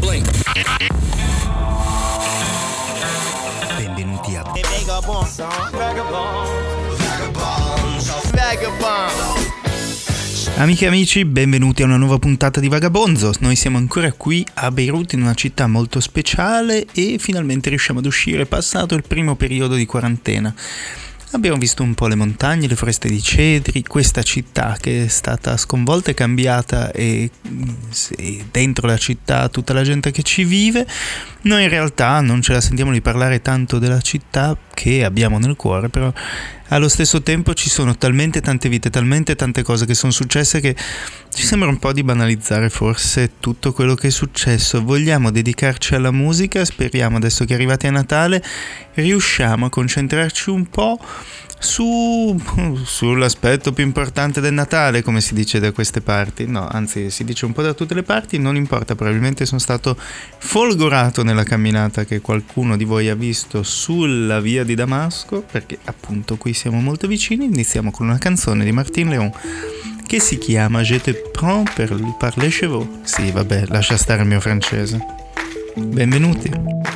Benvenuti a Amiche e amici, benvenuti a una nuova puntata di Vagabonzo. Noi siamo ancora qui a Beirut, in una città molto speciale, e finalmente riusciamo ad uscire passato il primo periodo di quarantena. Abbiamo visto un po' le montagne, le foreste di cedri, questa città che è stata sconvolta e cambiata, e dentro la città tutta la gente che ci vive. Noi in realtà non ce la sentiamo di parlare tanto della città che abbiamo nel cuore, però allo stesso tempo ci sono talmente tante vite, talmente tante cose che sono successe, che ci sembra un po' di banalizzare forse tutto quello che è successo. Vogliamo dedicarci alla musica, speriamo adesso che arrivati a Natale riusciamo a concentrarci un po' sull'aspetto più importante del Natale, come si dice da queste parti. No, anzi, si dice un po' da tutte le parti, non importa, probabilmente sono stato folgorato nella camminata che qualcuno di voi ha visto sulla via di Damasco, perché appunto qui siamo molto vicini. Iniziamo con una canzone di Martin Léon che si chiama Je te prends par les cheveux. Sì, vabbè, lascia stare il mio francese. Benvenuti.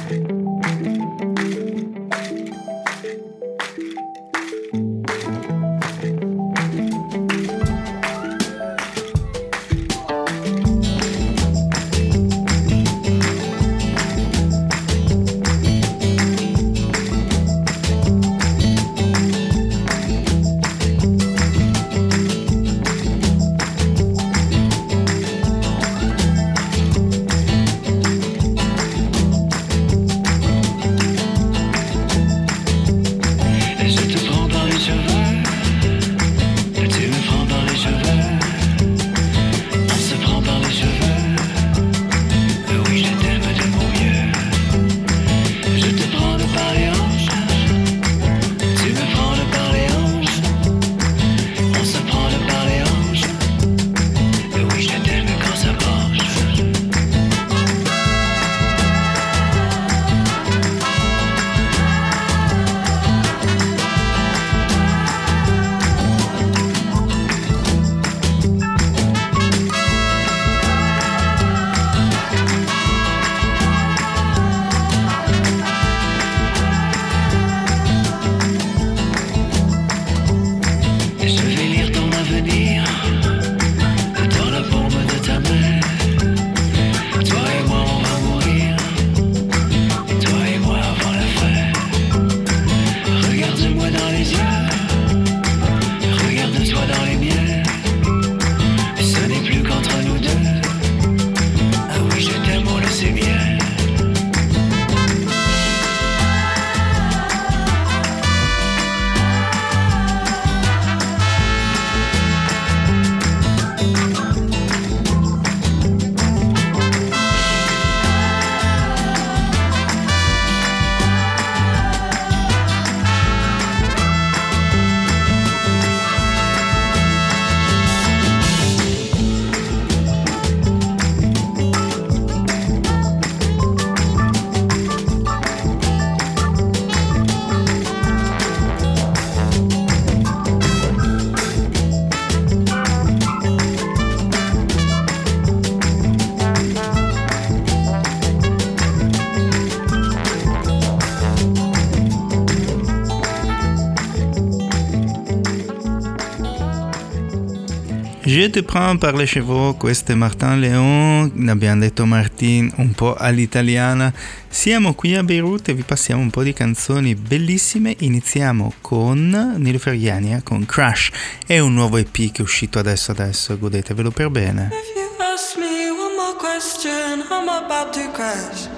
Je te prends par les cheveux, questo è Martin Léon, abbiamo detto Martin un po' all'italiana. Siamo qui a Beirut e vi passiamo un po' di canzoni bellissime. Iniziamo con Nilofer Yania con Crash, è un nuovo EP che è uscito adesso, godetevelo per bene. If you ask me one more question, I'm about to crash.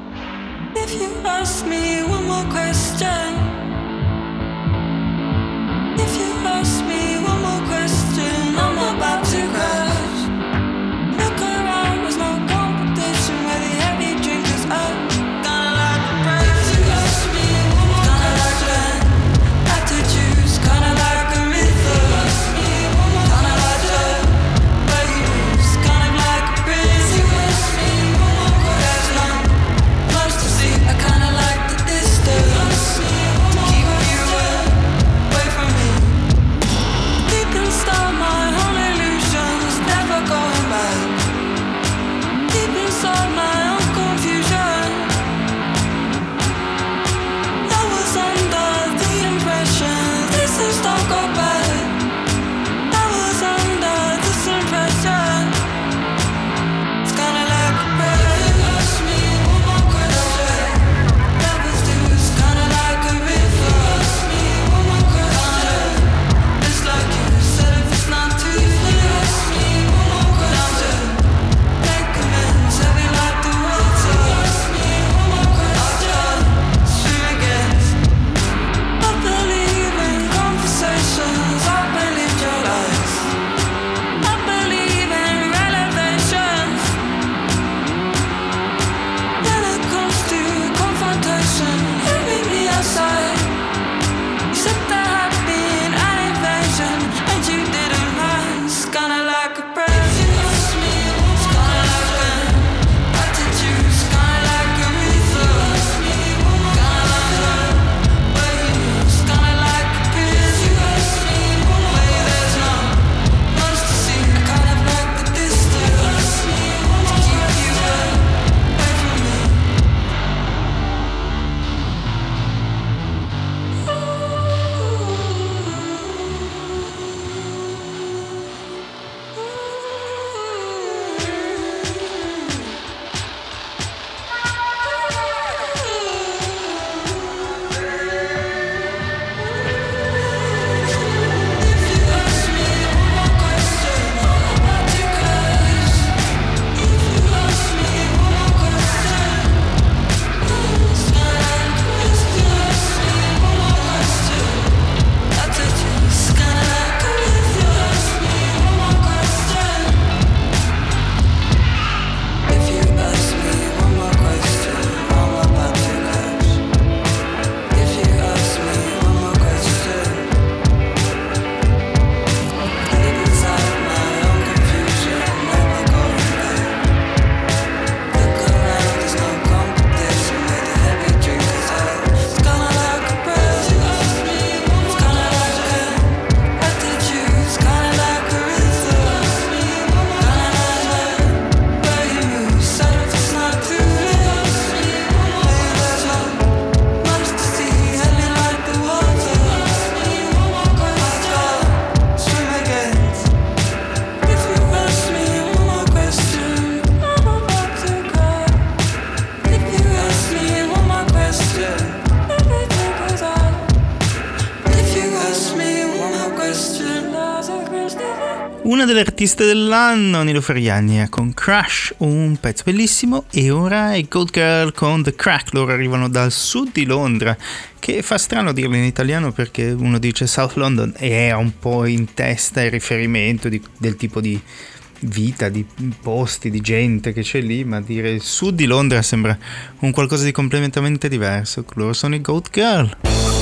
If you ask me one more question, if you ask me one more question, I'm about to crash. Look around, there's no competition where the heavy drinkers are gonna like the praise. If you ask me one more question, like to choose, kinda like a rhythm. Kinda like the waves, kind of like a breeze. If you ask me one more question, there's not much to see. I kinda like the distance. Keep you away from me. delle artiste dell'anno, Nilo Ferriagni con Crash, un pezzo bellissimo, e ora è Goat Girl con The Crack. Loro arrivano dal sud di Londra, che fa strano dirlo in italiano perché uno dice South London e è un po' in testa il riferimento del tipo di vita, di posti, di gente che c'è lì, ma dire il sud di Londra sembra un qualcosa di completamente diverso. Loro sono i Goat Girl.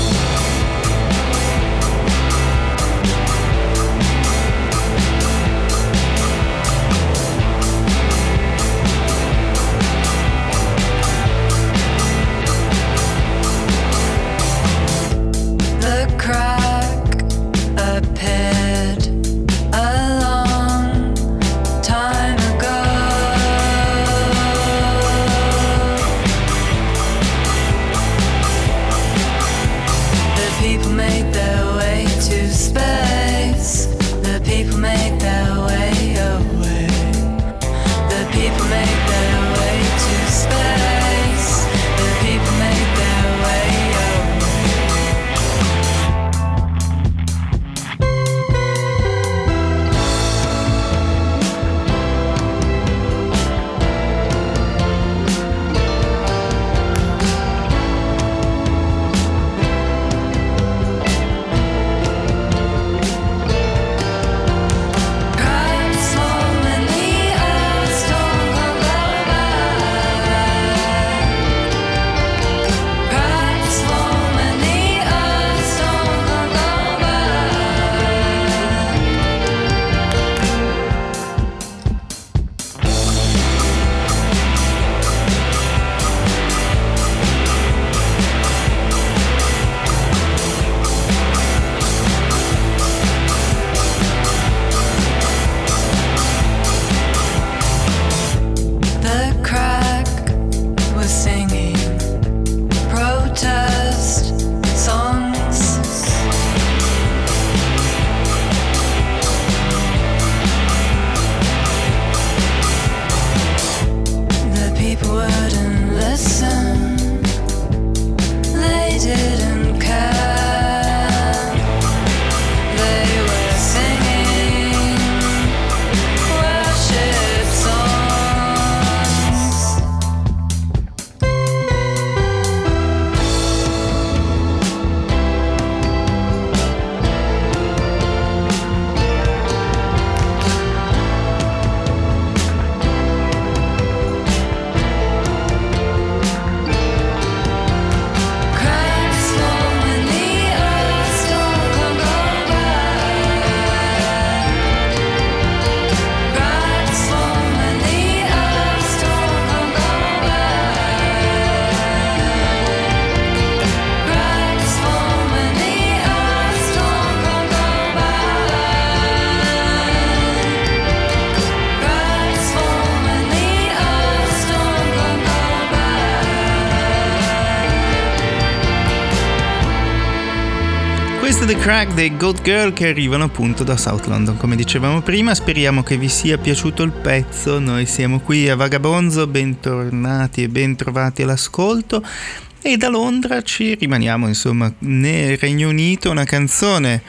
The Crack dei Goat Girl, che arrivano appunto da South London, come dicevamo prima. Speriamo che vi sia piaciuto il pezzo. Noi siamo qui a Vagabonzo, bentornati e bentrovati all'ascolto, e da Londra ci rimaniamo insomma nel Regno Unito. Una canzone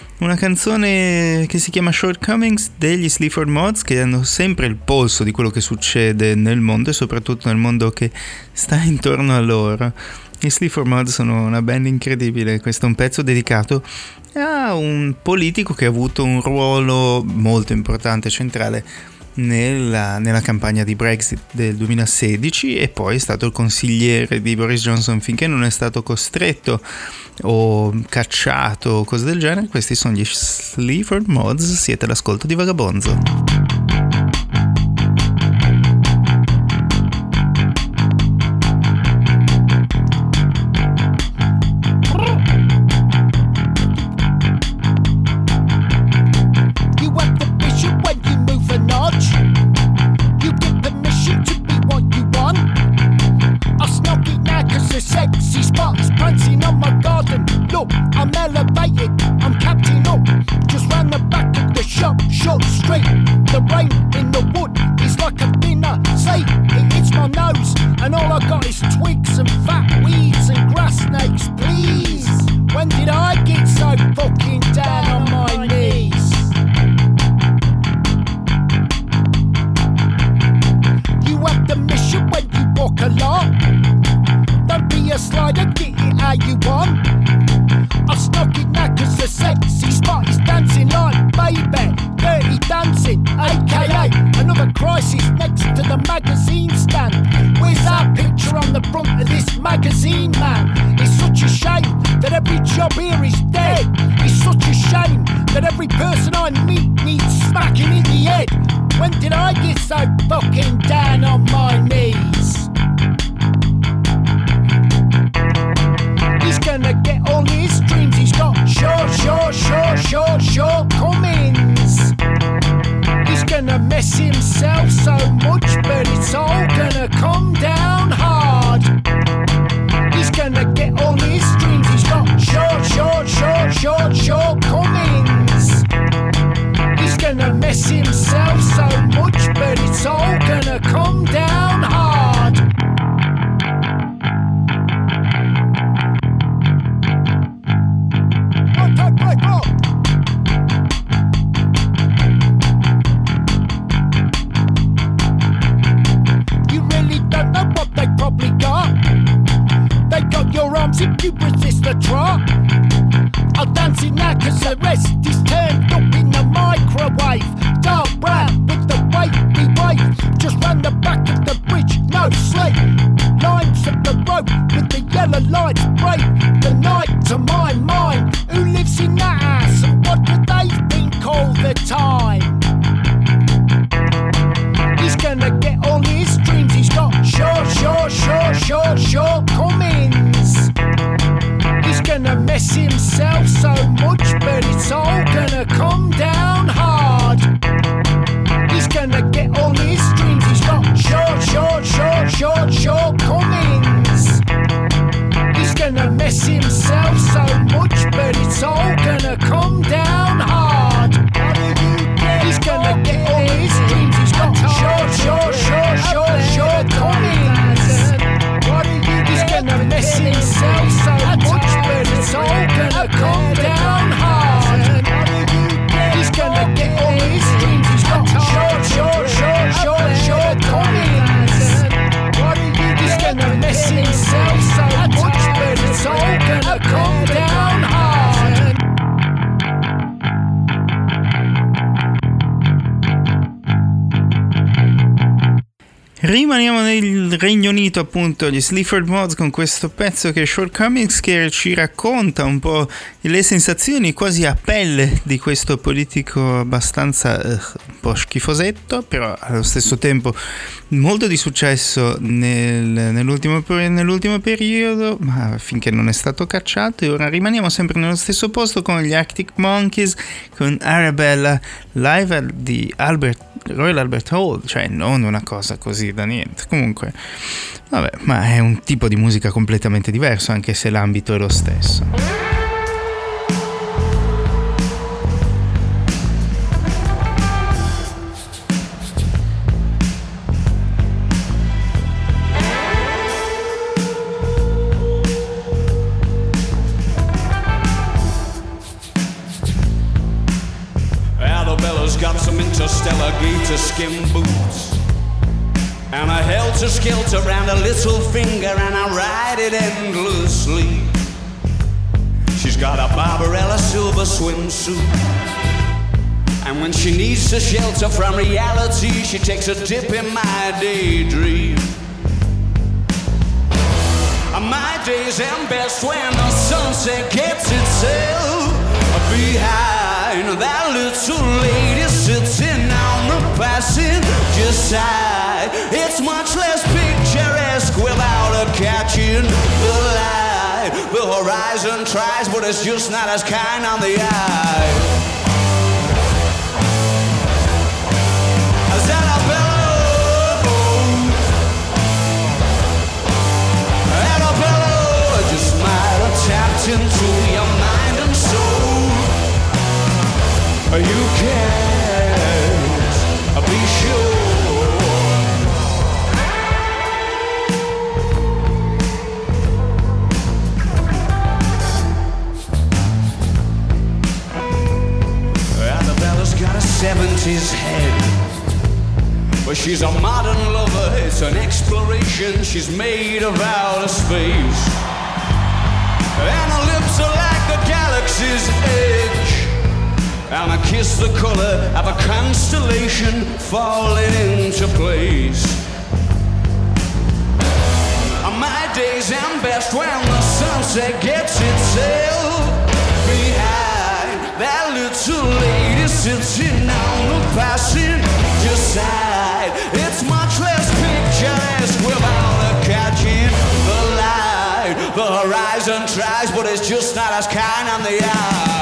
che si chiama Shortcomings degli Sleaford Mods, che hanno sempre il polso di quello che succede nel mondo e soprattutto nel mondo che sta intorno a loro. I Sleaford Mods sono una band incredibile. Questo è un pezzo dedicato a un politico che ha avuto un ruolo molto importante, centrale nella campagna di Brexit del 2016, e poi è stato il consigliere di Boris Johnson finché non è stato costretto o cacciato o cose del genere. Questi sono gli Sleaford Mods, siete all'ascolto di Vagabonzo. I'm elevated, I'm captain up. Just round the back of the shop, short straight. The crisis next to the magazine stand. Where's our picture on the front of this magazine, man? It's such a shame that every job here is dead. It's such a shame that every person I meet needs smacking in the head. When did I get so fucking down on my knees? He's gonna get all his dreams. He's got shortcomings. He's gonna mess himself so much, but it's all gonna come down hard. He's gonna get all his dreams. He's got shortcomings. He's gonna mess himself so much, but it's all gonna come down hard. You really don't know what they probably got. They got your arms if you resist the trot. I'll dance it now cause the rest is turned up in the microwave. Dark brown with the wavy wave. Just round the back of the bridge, no sleep. Lines of the road with the yellow lights break the night to my mind. Who lives in that house and what do they think all the time? He's gonna get all his dreams. He's got shortcomings. He's gonna mess himself so much, but it's all gonna come down hard. He's gonna get all his dreams. He's got shortcomings. He's gonna mess himself so much, but it's all gonna come down hard. He's gonna get all his dreams. He's got shortcomings. He's gonna mess himself so much, but it's all gonna come down hard. He's gonna get all his dreams. He's got shortcomings. He's gonna mess himself so much, but it's all gonna come down hard. Rimaniamo nel Regno Unito, appunto, gli Sleaford Mods con questo pezzo che è Shortcomings, che ci racconta un po' le sensazioni quasi a pelle di questo politico abbastanza un po' schifosetto, però allo stesso tempo molto di successo nell'ultimo periodo, ma finché non è stato cacciato. E ora rimaniamo sempre nello stesso posto con gli Arctic Monkeys, con Arabella live di Royal Albert Hall, cioè non una cosa così da niente. Comunque, vabbè, ma è un tipo di musica completamente diverso, anche se l'ambito è lo stesso. Got some interstellar gator skin boots and a helter-skelter around a little finger, and I ride it endlessly. She's got a Barbarella silver swimsuit, and when she needs to shelter from reality, she takes a dip in my daydream. My days end best when the sunset gets itself behind that little lady sitting on the passenger side. It's much less picturesque without her catching the light. The horizon tries, but it's just not as kind on the eye. Tapped into your mind and soul. You can't be sure. Arabella's got a 70s head, but she's a modern lover. It's an exploration. She's made of outer space. And her lips are like the galaxy's edge, and I kiss the color of a constellation falling into place. My days end best when the sunset gets itself behind that little lady sitting on the passenger side. It's much less picturesque without the catching the light. The horizon tries, but it's just not as kind on the eye.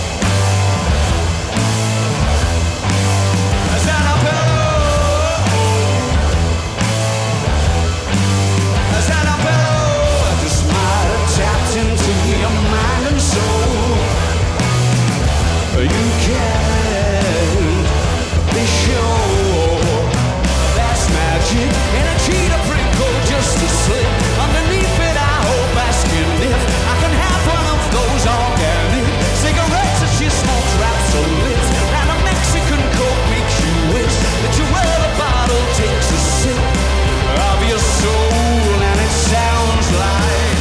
You can't be sure that's magic and a cheetah prickle just to slip underneath it. I hope asking if I can have one of those organic cigarettes that she smokes wraps her lips, and a Mexican Coke makes you wish that you were the bottle takes a sip of your soul, and it sounds like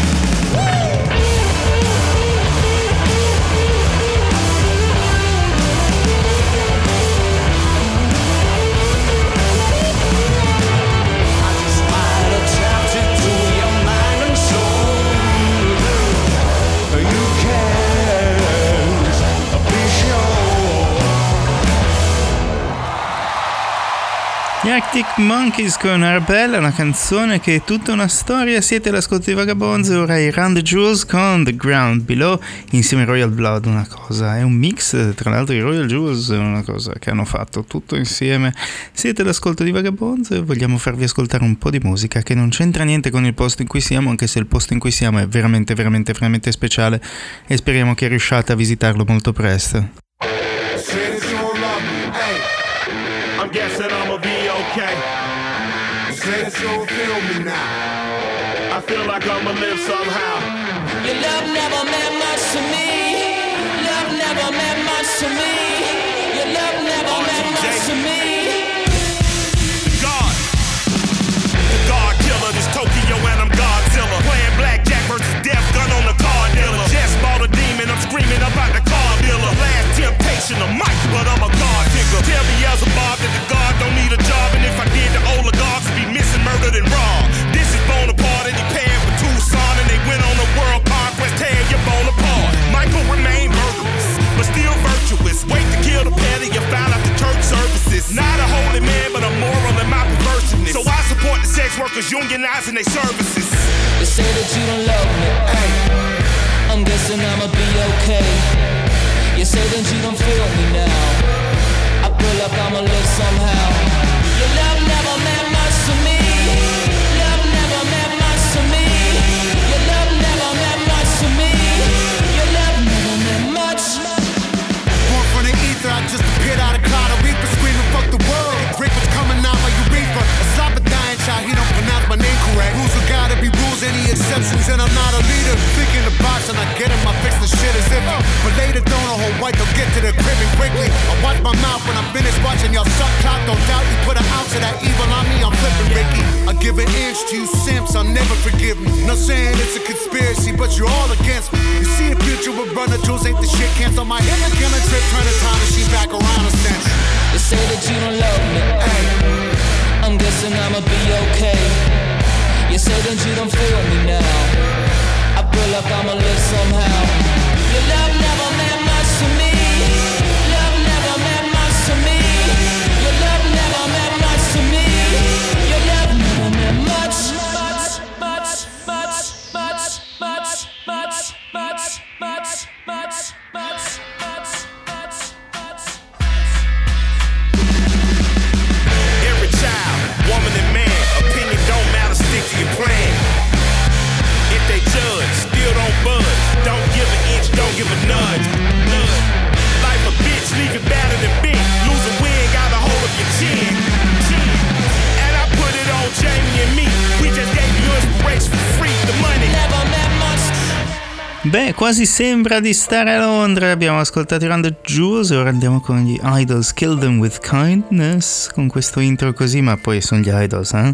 Gli Arctic Monkeys con Arbella, una canzone che è tutta una storia. Siete all'ascolto di Vagabonzo, ora i Run the Jewels con The Ground Below insieme a Royal Blood. Una cosa, è un mix, tra l'altro i Royal Jewels è una cosa che hanno fatto tutto insieme. Siete all'ascolto di Vagabonzo e vogliamo farvi ascoltare un po' di musica che non c'entra niente con il posto in cui siamo, anche se il posto in cui siamo è veramente speciale e speriamo che riusciate a visitarlo molto presto. I'm guessing I'ma be okay. You say that you don't feel me now. I feel like I'ma live somehow. Your love never meant much to me. Love never meant much to me. Your love never meant much to me. The God killer, this Tokyo and I'm Godzilla. Playing blackjack versus death, gun on the car dealer. Just bought a demon, I'm screaming about the car dealer. Last temptation of Mike, but I'm a God digger. Tell me as a Bob that the God don't need a job, and if I did, the oligarchs would be missing, murdered, and robbed. This is Bonaparte, and he paired with Tucson, and they went on a world conquest, tear your bone apart. Michael remained murderous, but still virtuous. Wait to kill the petty, you found out the church services. Not a holy man, but a moral in my perverseness. So I support the sex workers unionizing their services. They say that you don't love me. Ay. I'm guessing I'ma be okay. You say that you don't feel me now. I feel like I'ma live somehow. Your love never meant much to me. Love never meant much to me. Your love never meant much to me. Your love never meant much. Born from the ether, I just appeared out of cloud. A reaper screaming, fuck the world. Rick was coming out my urethra. A slap a dying child, he don't pronounce my name correct. Rules are gotta be rules, any exceptions, and I'm not a leader. Thinking the box and I get him, I fix the shit as if but later don't a whole white, they'll get to the crib and quickly. I watch my mouth when I'm finished watching y'all suck clock. Don't doubt you put an ounce of that evil on me, I'm flipping Ricky. I give an inch to you simps, I'll never forgive me. No saying it's a conspiracy, but you're all against me. You see a future with Runner Jewels, ain't the shit cancel my hip and killing trip, turn the time machine back around a sense. They say that you don't love me. Ay. I'm guessing I'ma be okay. You say that you don't feel me now. I feel like I'ma live somehow. Your love never meant much to me. Love never meant much to me. Your love never meant much to me. Your love never meant much. Every child, woman and man, opinion don't matter, stick to your plan. If they judge, still don't budge. Don't give an inch, don't give a nudge. Life a bitch, leave you battered and bent. Lose a win, got a hold of your chin. And I put it on Jamie and me. We just gave you inspiration for free. The money Never meant much. Beh, quasi sembra di stare a Londra. Abbiamo ascoltato i Run the Jewels e ora andiamo con gli Idols. Kill Them With Kindness, con questo intro così, ma poi sono gli Idols, eh?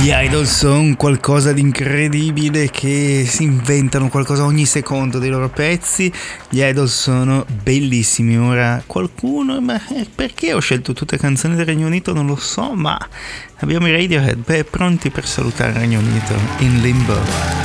Gli Idol sono qualcosa di incredibile, che si inventano qualcosa ogni secondo dei loro pezzi. Gli Idol sono bellissimi. Ora qualcuno, ma perché ho scelto tutte canzoni del Regno Unito non lo so, ma abbiamo i Radiohead, pronti per salutare il Regno Unito in limbo.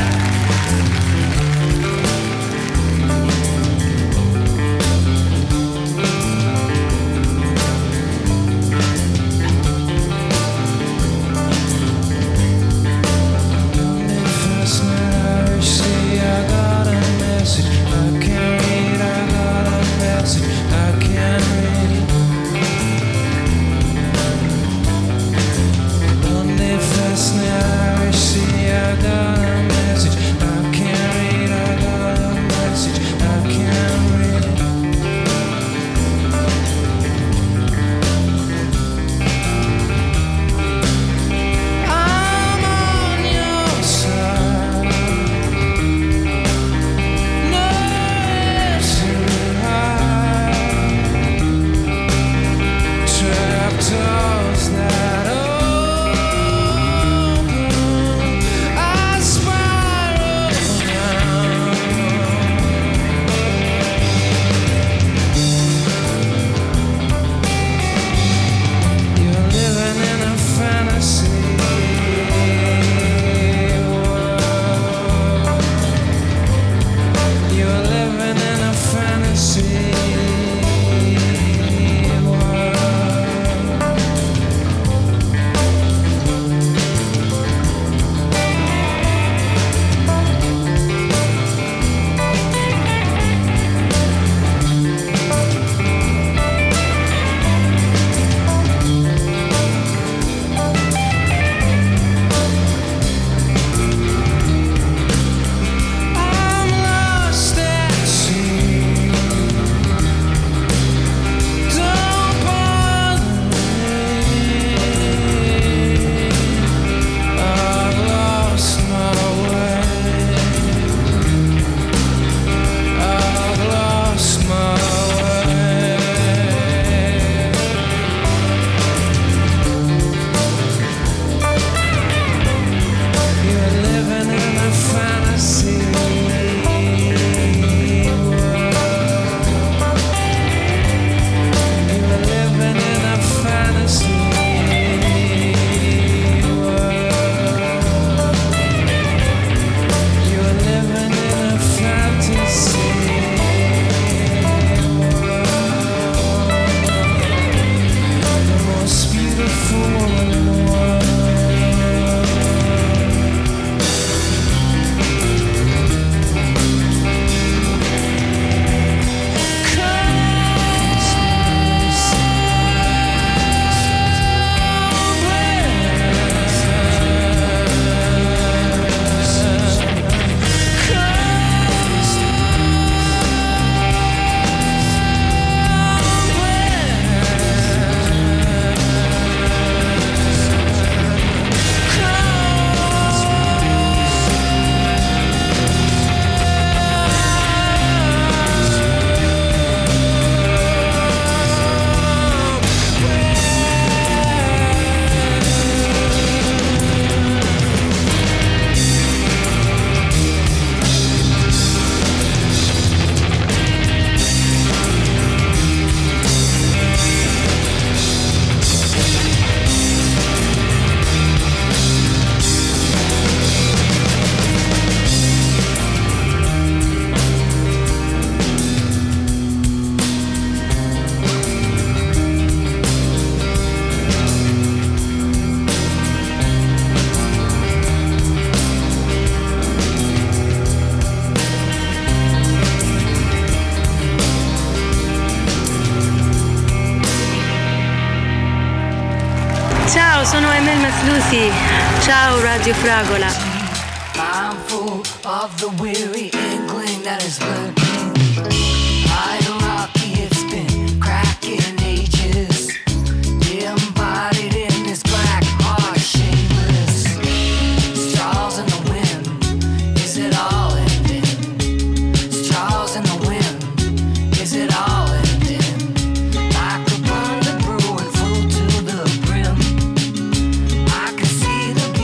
Ciao, sono Emel Maslusi. Ciao Radio Fragola. Mindful of the weary inkling that is lurking. High and rocky, it's been cracking ages. Embodied in this black heart, shameless. Straws in the wind, is it all ending? Straws in the wind, is it all ending? Like a burning, brewing full to the brim. I can see the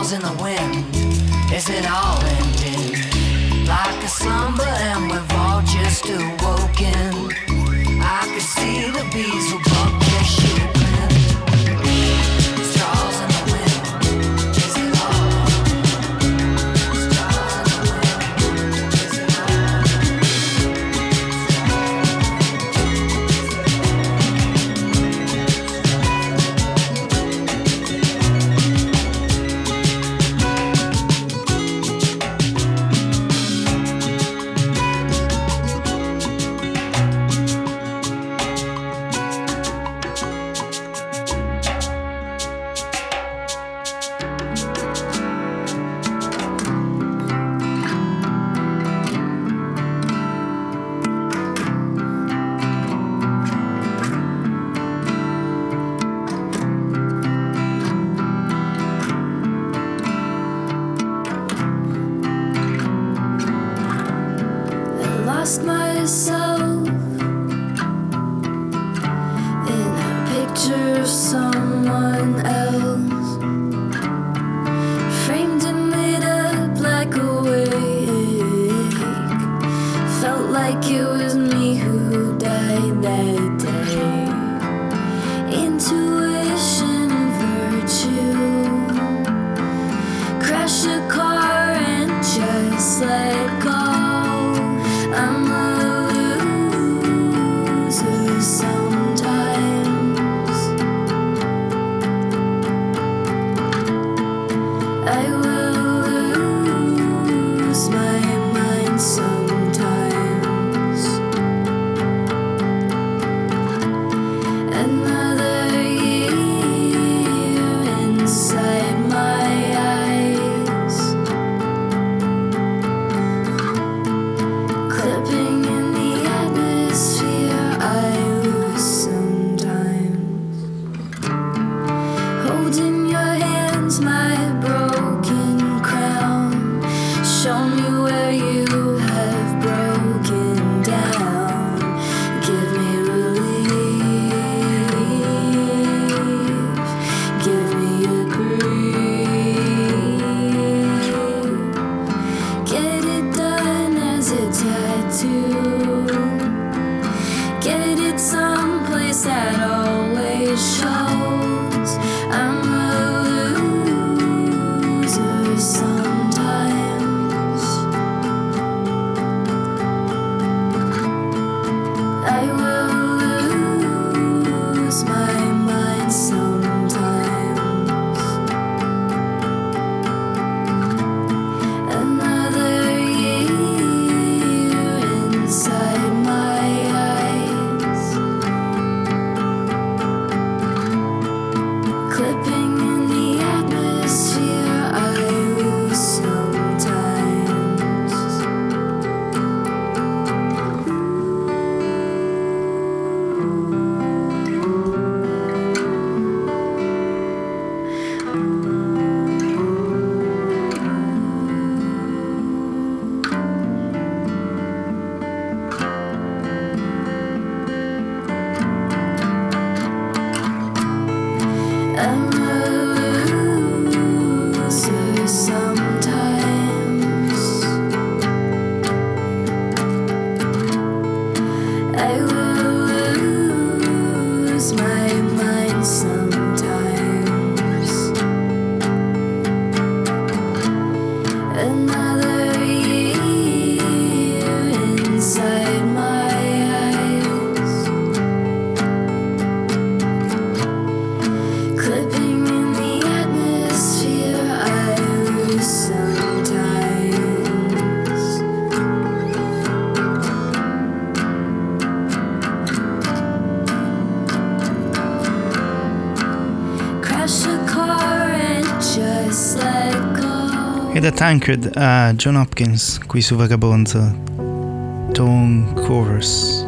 straws in the wind. Is it all ending? Like a slumber and we've all just awoken. I can see the bees will bump their shaping. Straws in the wind. Is it all? Straws in the wind. Is it lost myself in a picture of someone else, framed and lit up like a wig. Felt like it was me who died that day. Intuition and virtue. Crash a car and just let go. I'm a loser sometimes. I will lose my mind sometimes. Another year inside my eyes. Clipping in the atmosphere, I lose sometimes. Holding your hands, my broken crown. Show me where you have broken down. Give me relief. Give me a grief. Get it done as a tattoo. Get it someplace that always shows. I'm a loser sometimes. I will lose my mind sometimes. Another year inside my eyes. Clipping in the atmosphere, I lose sometimes. I'm a loser sometimes. I will lose my mind sometimes. Another year inside my eyes. Clipping in the atmosphere, I lose sometimes. Crash a car and just let go. E da Tancred a John Hopkins qui su Vagabonzo. Tone Chorus.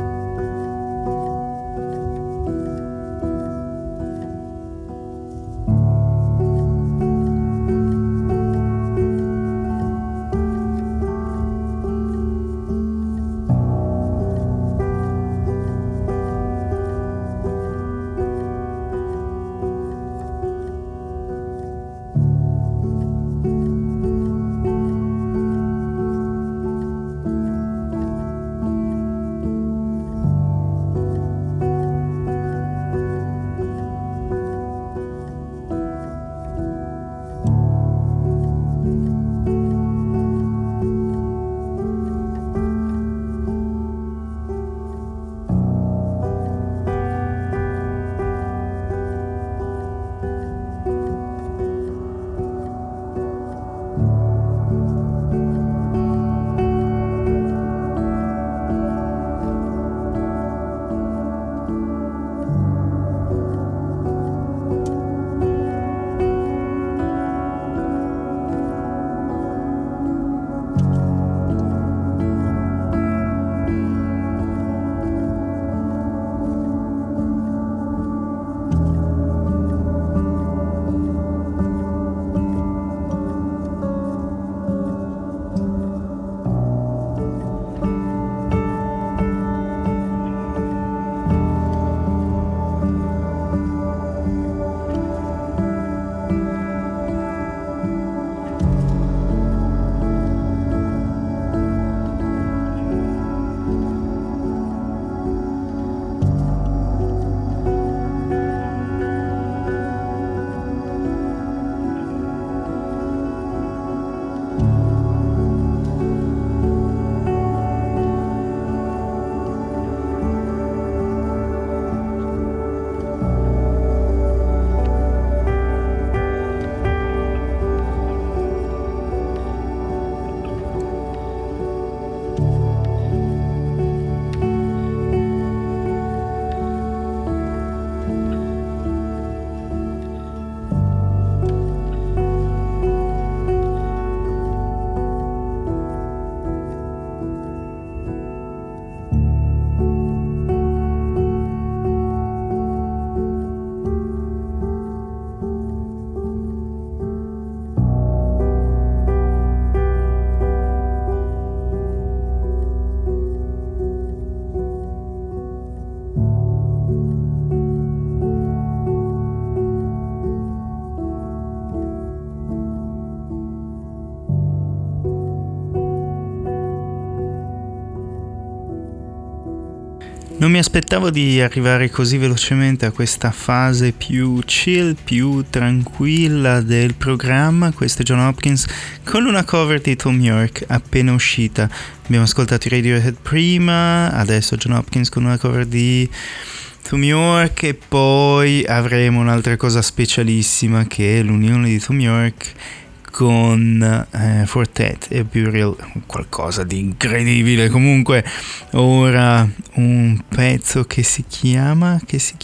Non mi aspettavo di arrivare così velocemente a questa fase più chill, più tranquilla del programma. Questo è John Hopkins con una cover di Thom Yorke appena uscita. Abbiamo ascoltato i Radiohead prima, adesso John Hopkins con una cover di Thom Yorke e poi avremo un'altra cosa specialissima che è l'unione di Thom Yorke con Fortet e Burial, qualcosa di incredibile. Comunque ora un pezzo che si chiama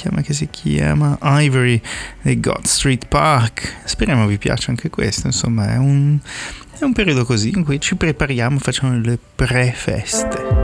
Ivory dei God Street Park. Speriamo vi piaccia anche questo. Insomma è un periodo così in cui ci prepariamo, facciamo le pre-feste.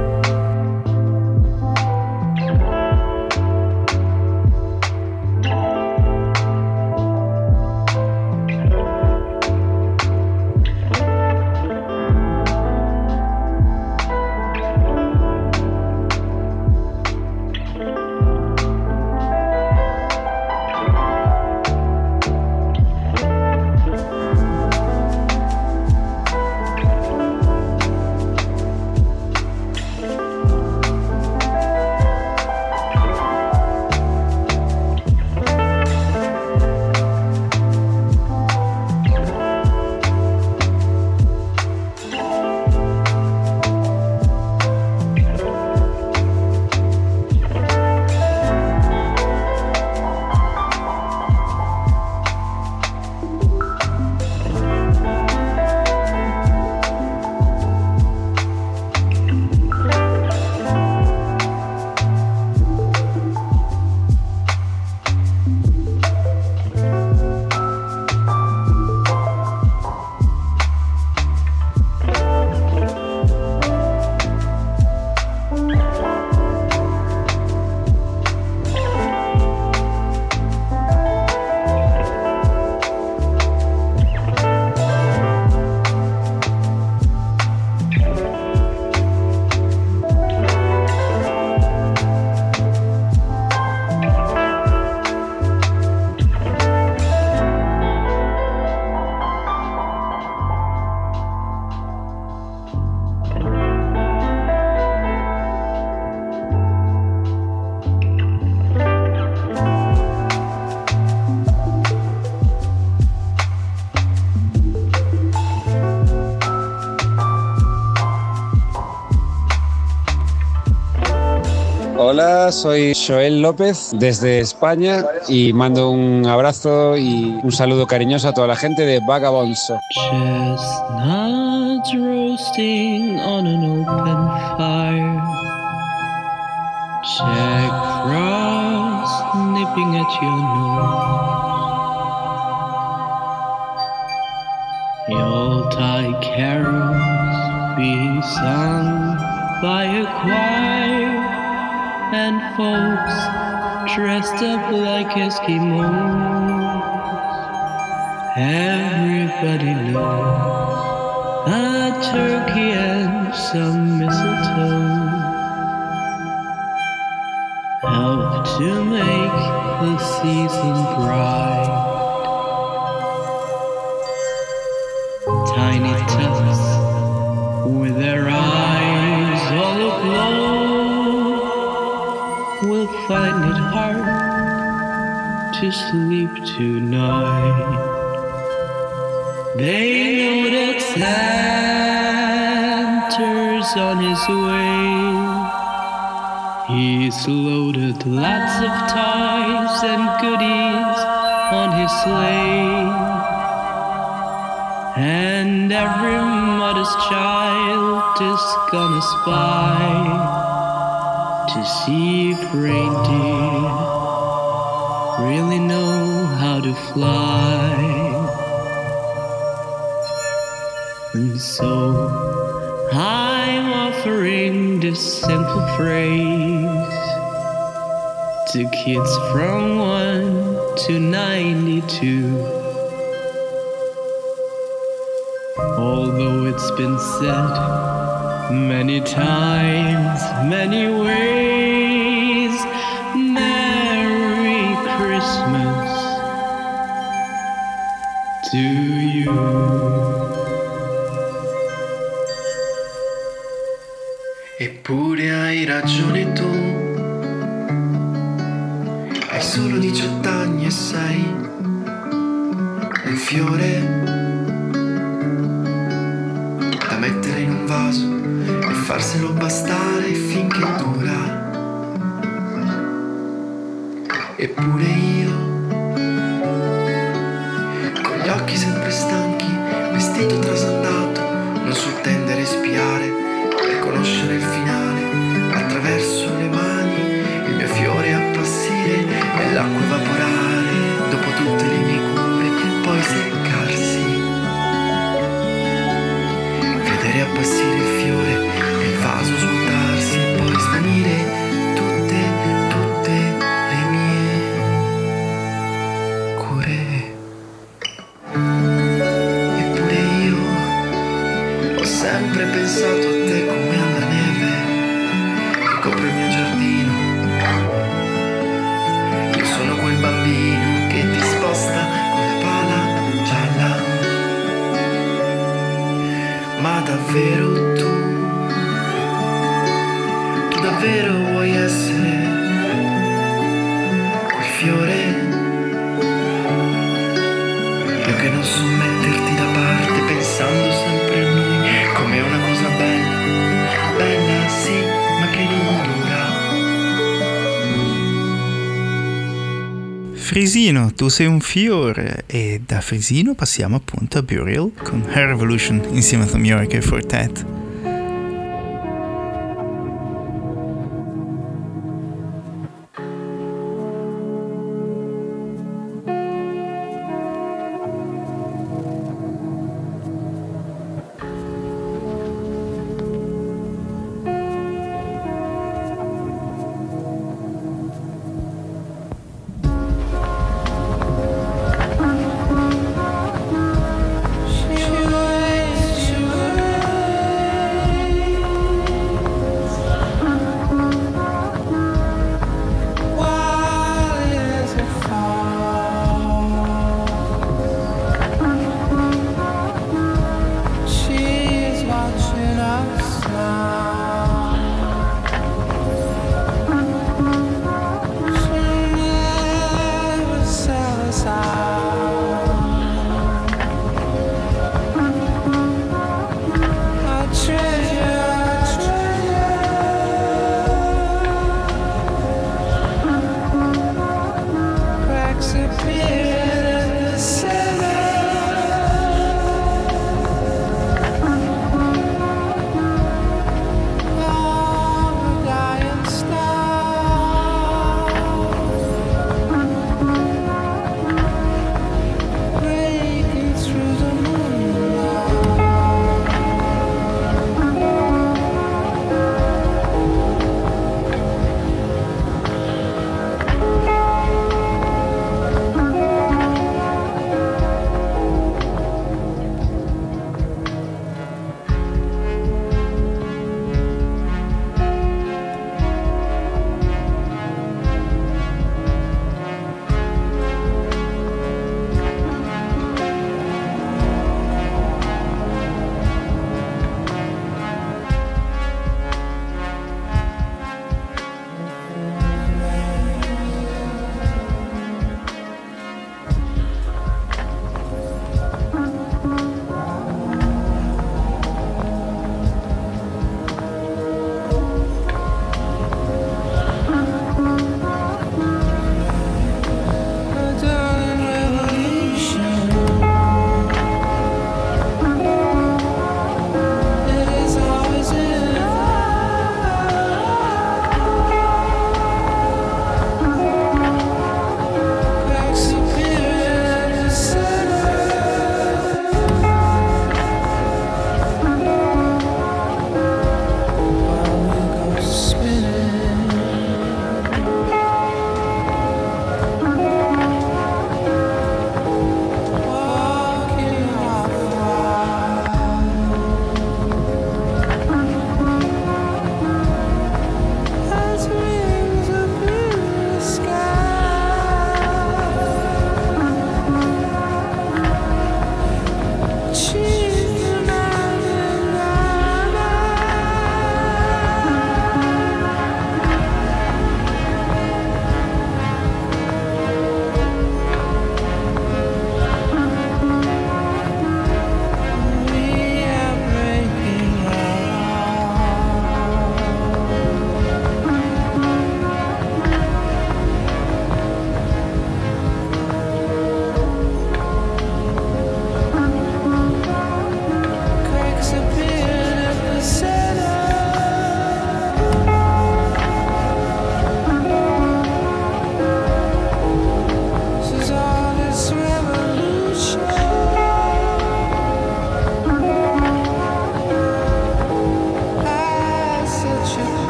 Hola, soy Joel López desde España y mando un abrazo y un saludo cariñoso a toda la gente de Vagabonzo. Chestnuts roasting on an open fire. Jack Frost nipping at your nose. Yuletide carols being sung by a choir, and folks dressed up like Eskimos. Everybody knows a turkey and some mistletoe help to make the season bright. Tiny tots with their eyes all aglow will find it hard to sleep tonight. They know that Santa's on his way. He's loaded lots of toys and goodies on his sleigh, and every modest child is gonna spy to see if reindeer really know how to fly. And so I'm offering this simple phrase to kids from 1 to 92. Although it's been said many times, many ways, Merry Christmas to you. Eppure hai ragione tu, solo 18 anni e sei un fiore da mettere in un vaso e farselo bastare finché dura. Eppure io, con gli occhi sempre stanchi, vestito trasandato, non so tendere e spiare per conoscere il finale. Attraverso le mani il mio fiore appassire e l'acqua evaporare dopo tutte le mie cure, poi seccarsi. Vedere appassire il fiore e il vaso svuotarsi e poi svanire tutte le mie cure. Eppure io ho sempre pensato a te come alla neve che copre il mio giardino. Io sono quel bambino che ti sposta con la pala gialla. Ma davvero tu davvero vuoi essere quel fiore? Io che non so metterti da parte pensando sempre a noi come una cosa bella, bella sì, ma che non dura. Frisino, tu sei un fiore, e da Frisino passiamo appunto a Burial con Her Revolution insieme a Thom Yorke e Fortet.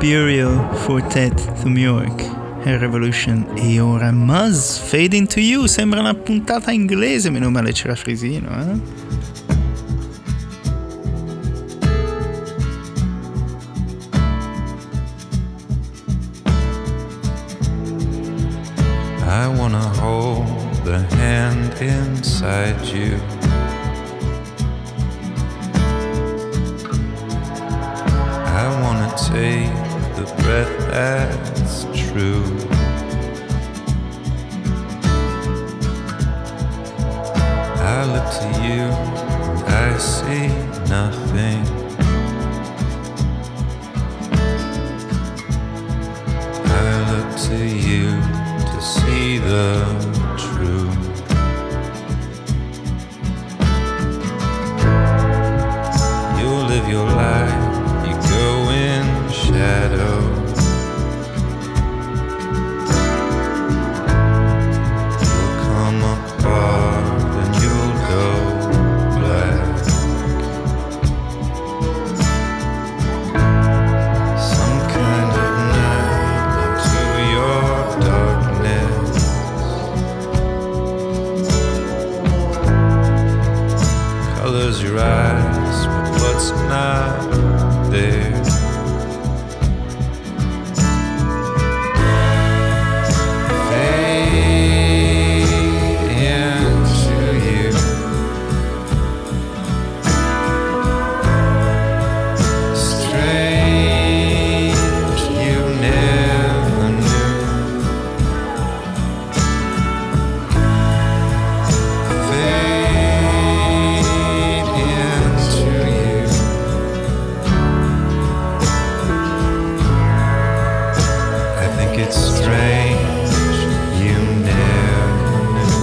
Burial Quartet to New York, Air Revolution. E ora Muzz, Fade Into You. Sembra una puntata inglese, meno male c'era Frisino, I wanna hold the hand inside you. I wanna take the breath that's true. I look to you, I see nothing. I look to you to see the truth. You'll live your life, you go in shadow. You'll come apart and you'll go black. Some kind of night into your darkness. Colors your eyes with what's not there. Fade into you. Strange you never knew. Fade into you. I think it's strange you never knew.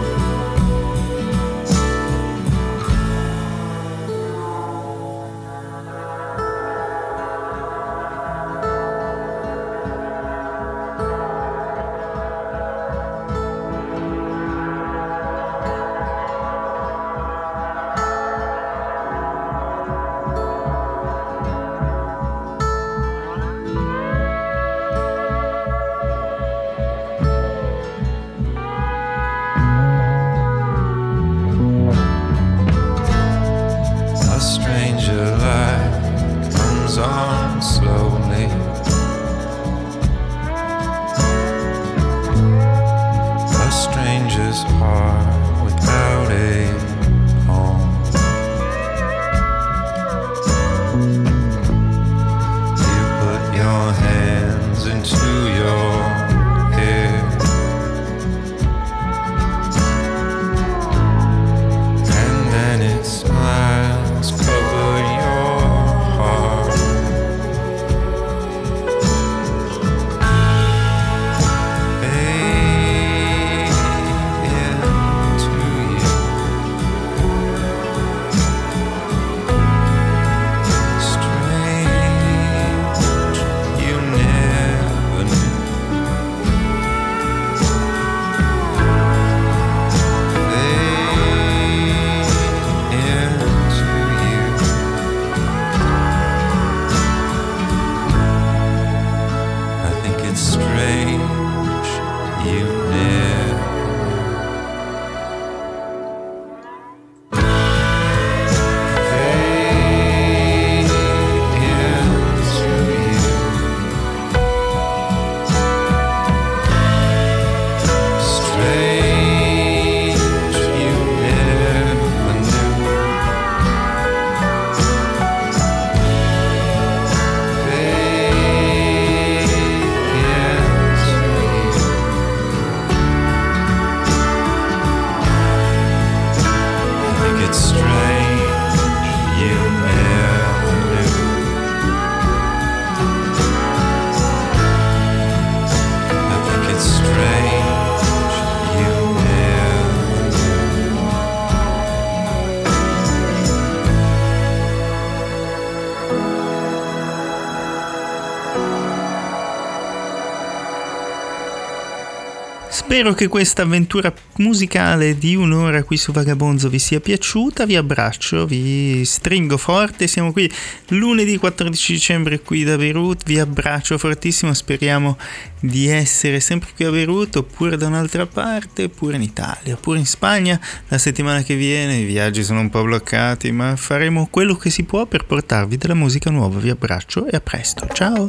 A stranger light comes on slowly. A stranger's heart without a home. You put your hands into your hair. And then it smiles, cover your heart. Fade into you. Spero che questa avventura musicale di un'ora qui su Vagabonzo vi sia piaciuta, vi abbraccio, vi stringo forte, siamo qui lunedì 14 dicembre qui da Beirut, vi abbraccio fortissimo, speriamo di essere sempre qui a Beirut oppure da un'altra parte, oppure in Italia, oppure in Spagna la settimana che viene. I viaggi sono un po' bloccati, ma faremo quello che si può per portarvi della musica nuova. Vi abbraccio e a presto, ciao!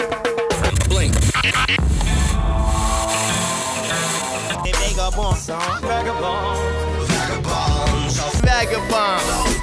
Vagabond.